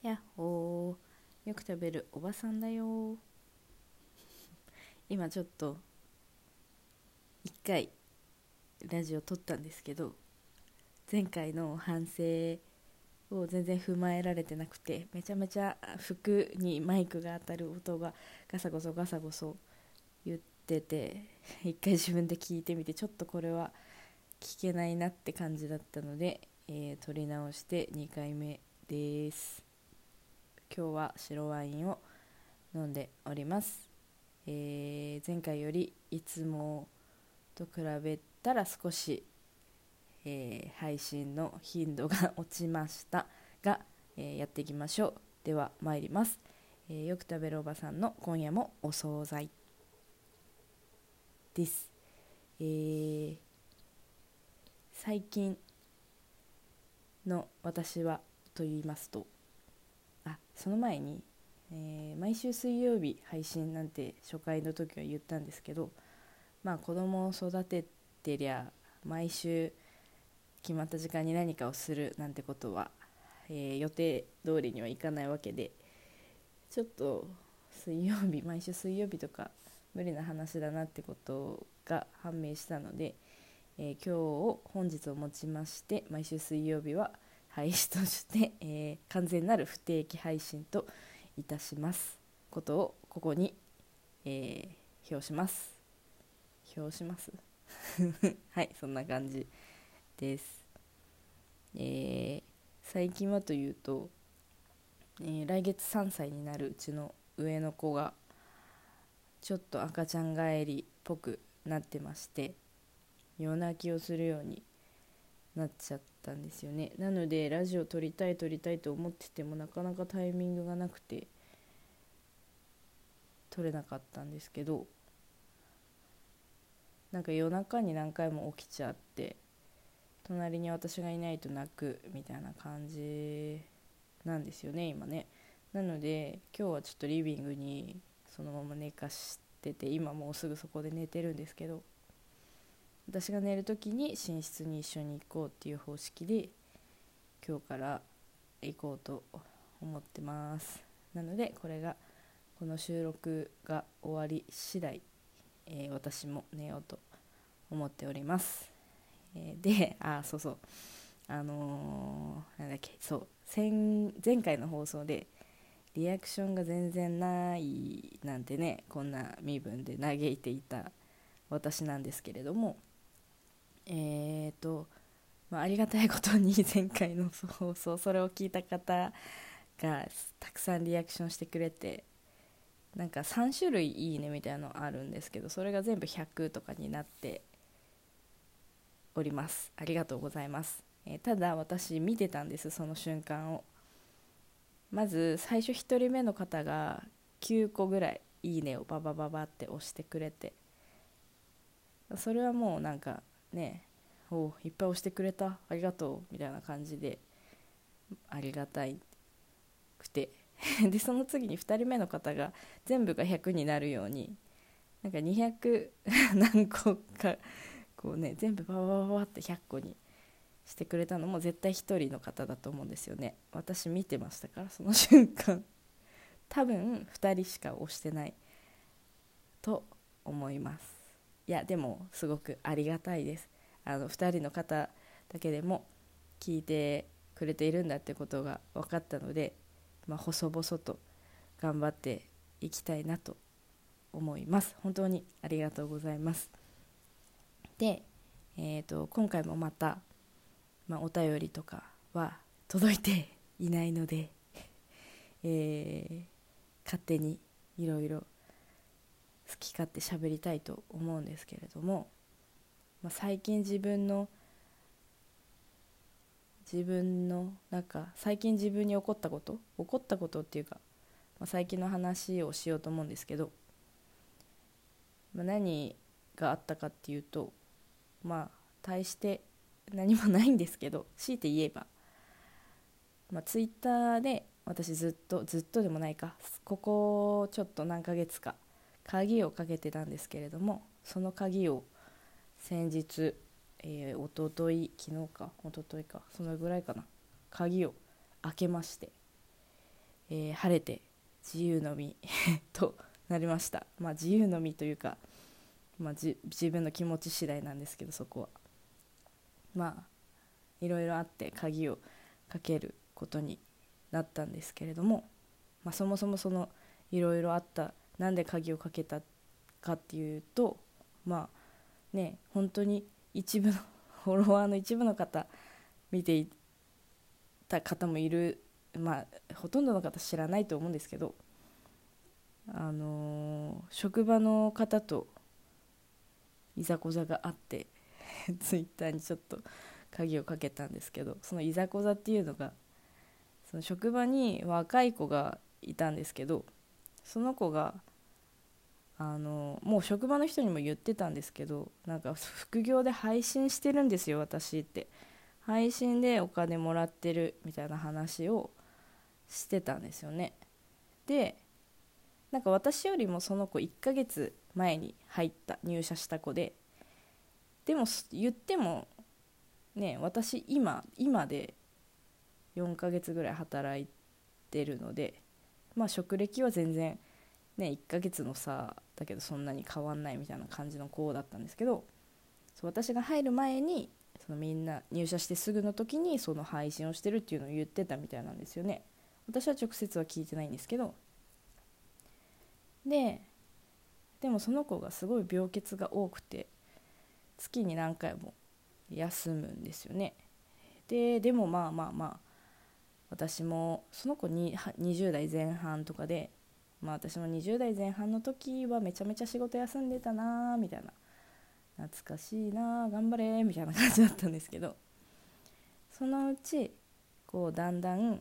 やっほー、よく食べるおばさんだよ。今ちょっと一回ラジオ撮ったんですけど、前回の反省を全然踏まえられてなくて、めちゃめちゃ服にマイクが当たる音がガサゴソガサゴソ言ってて、一回自分で聞いてみて、ちょっとこれは聞けないなって感じだったので、撮り直して2回目です。今日は白ワインを飲んでおります。前回よりいつもと比べたら少し、配信の頻度が落ちましたが、やっていきましょう。では参ります。よく食べるおばさんの今夜もお惣菜です。最近の私はと言いますと、その前に、毎週水曜日配信なんて初回の時は言ったんですけど、子供を育ててりゃ毎週決まった時間に何かをするなんてことは、予定通りにはいかないわけで、ちょっと毎週水曜日とか無理な話だなってことが判明したので、本日をもちまして毎週水曜日は廃止として、完全なる不定期配信といたしますことをここに、表しますはい、そんな感じです。最近はというと、来月3歳になるうちの上の子がちょっと赤ちゃん帰りっぽくなってまして、夜泣きをするようになっちゃったんですよね。なのでラジオ撮りたいと思っててもなかなかタイミングがなくて撮れなかったんですけど、なんか夜中に何回も起きちゃって、隣に私がいないと泣くみたいな感じなんですよね今ね。なので今日はちょっとリビングにそのまま寝かしてて、今もうすぐそこで寝てるんですけど、私が寝る時に寝室に一緒に行こうっていう方式で今日から行こうと思ってます。なのでこの収録が終わり次第、私も寝ようと思っております。で、そうそう、なんだっけ、そう前回の放送でリアクションが全然ないなんてね、こんな身分で嘆いていた私なんですけれども、ありがたいことに前回の放送、それを聞いた方がたくさんリアクションしてくれて、なんか3種類いいねみたいなのあるんですけど、それが全部100とかになっております。ありがとうございます。ただ私見てたんです、その瞬間を。まず最初1人目の方が9個ぐらいいいねをババババって押してくれて、それはもうなんかね、いっぱい押してくれた、ありがとうみたいな感じでありがたくてでその次に2人目の方が全部が100になるように、なんか200何個かこうね、全部ババババって100個にしてくれたのも絶対1人の方だと思うんですよね。私見てましたから、その瞬間多分2人しか押してないと思います。いやでもすごくありがたいです。2人の方だけでも聞いてくれているんだってことが分かったので、細々と頑張っていきたいなと思います。本当にありがとうございます。で、今回もまた、お便りとかは届いていないので、勝手にいろいろ好き勝手喋りたいと思うんですけれども、最近自分の最近自分に起こったことっていうか、最近の話をしようと思うんですけど、何があったかっていうと、大して何もないんですけど、強いて言えば、ツイッターで私ずっとでもないか、ここちょっと何ヶ月か鍵をかけてたんですけれども、その鍵を先日、一昨日かそのぐらいかな、鍵を開けまして、 晴れて自由の身となりました。自由の身というか、自分の気持ち次第なんですけど、そこはいろいろあって鍵をかけることになったんですけれども、そもそもそのいろいろあったなんで鍵をかけたかっていうと、本当に一部のフォロワーの一部の方、見ていた方もいる、ほとんどの方知らないと思うんですけど、職場の方といざこざがあってツイッターにちょっと鍵をかけたんですけど、そのいざこざっていうのが、その職場に若い子がいたんですけど、その子がもう職場の人にも言ってたんですけど、なんか副業で配信してるんですよ私って、配信でお金もらってるみたいな話をしてたんですよね。で、なんか私よりもその子1ヶ月前に入社した子で、でも言ってもね、私今で4ヶ月ぐらい働いてるので、職歴は全然ね1ヶ月の差だけどそんなに変わんないみたいな感じの子だったんですけど、私が入る前にそのみんな入社してすぐの時にその配信をしてるっていうのを言ってたみたいなんですよね。私は直接は聞いてないんですけど、でもその子がすごい病欠が多くて月に何回も休むんですよね。でも私もその子に20代前半とかで、私も20代前半の時はめちゃめちゃ仕事休んでたなみたいな、懐かしいな頑張れみたいな感じだったんですけど、そのうちこうだんだん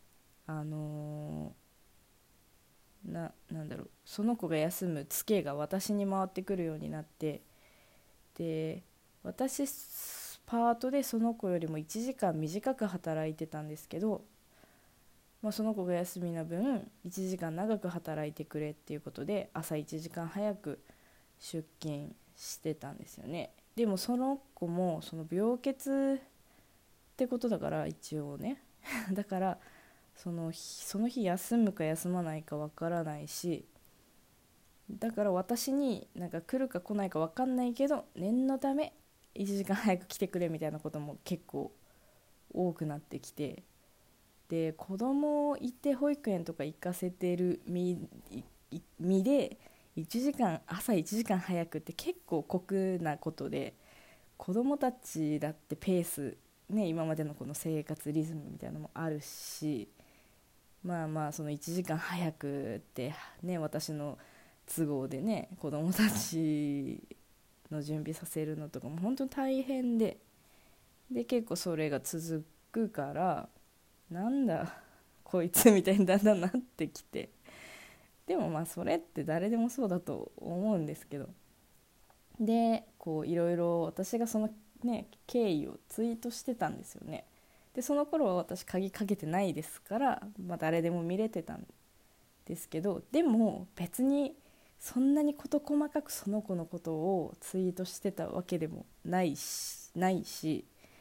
なんだろう、その子が休むツケが私に回ってくるようになって、で私パートでその子よりも1時間短く働いてたんですけど、その子が休みの分1時間長く働いてくれっていうことで朝1時間早く出勤してたんですよね。でもその子もその病欠ってことだから一応ねだからその日休むか休まないかわからないし、だから私になんか来るか来ないか分かんないけど念のため1時間早く来てくれみたいなことも結構多くなってきて、で子供いて保育園とか行かせてる身で朝1時間早くって結構酷なことで、子供たちだってペースね、今までのこの生活リズムみたいなのもあるし、その1時間早くってね、私の都合でね子供たちの準備させるのとかも本当に大変で、結構それが続くから、なんだこいつみたいにだんだんなってきて、でもそれって誰でもそうだと思うんですけど、でこういろいろ私がそのね経緯をツイートしてたんですよね。でその頃は私鍵かけてないですから、誰でも見れてたんですけど、でも別にそんなに事細かくその子のことをツイートしてたわけでもないし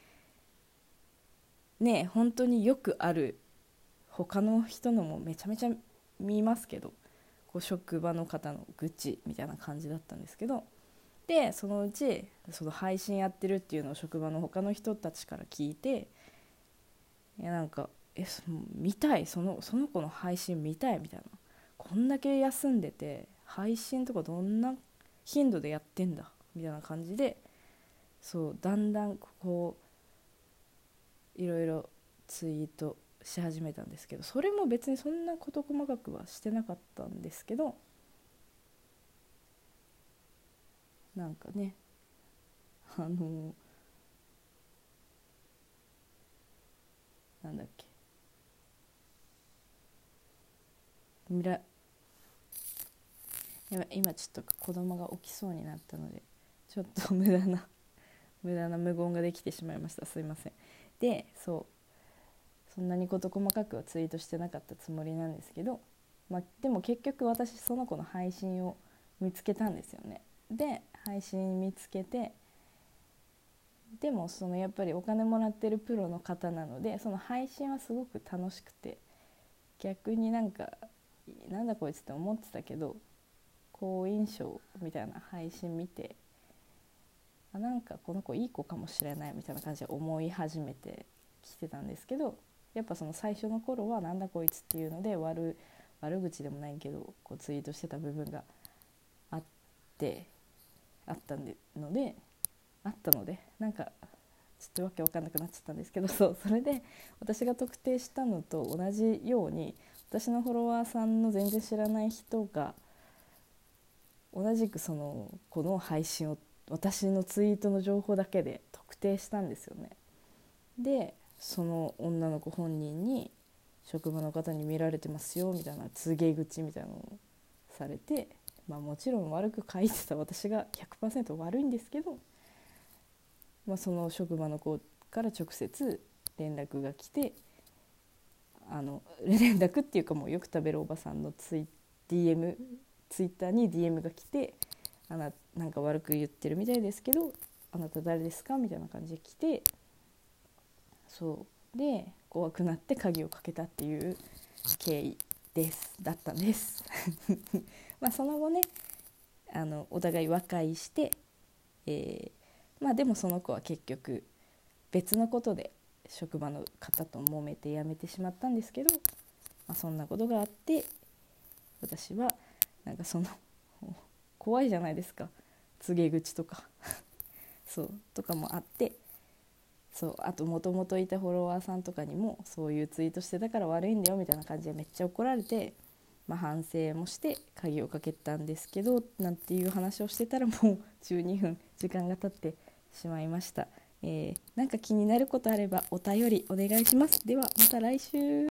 ね、本当によくある他の人のもめちゃめちゃ見ますけど、こう職場の方の愚痴みたいな感じだったんですけど、でそのうちその配信やってるっていうのを職場の他の人たちから聞いて、いやなんか見たい、その子の配信見たいみたいな、こんだけ休んでて配信とかどんな頻度でやってんだみたいな感じで、そうだんだんこういろいろツイートし始めたんですけど、それも別にそんな事細かくはしてなかったんですけど、なんかねなんだっけ、今ちょっと子供が起きそうになったのでちょっと無駄な無言ができてしまいました、すいません。でそんなに事細かくはツイートしてなかったつもりなんですけど、でも結局私その子の配信を見つけたんですよね。で配信見つけて、でもやっぱりお金もらってるプロの方なので、その配信はすごく楽しくて、 逆になんだこいつって思ってたけど、好印象みたいな配信見て、なんかこの子いい子かもしれないみたいな感じで思い始めてきてたんですけど、やっぱその最初の頃はなんだこいつっていうので悪口でもないけどこうツイートしてた部分があったのでなんかちょっとわけわかんなくなっちゃったんですけど、それで私が特定したのと同じように、私のフォロワーさんの全然知らない人が同じくこの配信を私のツイートの情報だけで特定したんですよね。でその女の子本人に職場の方に見られてますよみたいな告げ口みたいなのをされて、もちろん悪く書いてた私が 100% 悪いんですけど、その職場の子から直接連絡が来て、連絡っていうかもうよく食べるおばさんのツイッターに DM が来て、なんか悪く言ってるみたいですけどあなた誰ですかみたいな感じで来て、そうで怖くなって鍵をかけたっていう経緯だったんですその後ねお互い和解して、でもその子は結局別のことで職場の方と揉めて辞めてしまったんですけど、そんなことがあって私はなんか怖いじゃないですか、告げ口とかそうとかもあって、あともともといたフォロワーさんとかにもそういうツイートしてたから悪いんだよみたいな感じでめっちゃ怒られて、反省もして鍵をかけたんですけどなんていう話をしてたらもう12分時間が経ってしまいました。なんか気になることあればお便りお願いします。ではまた来週。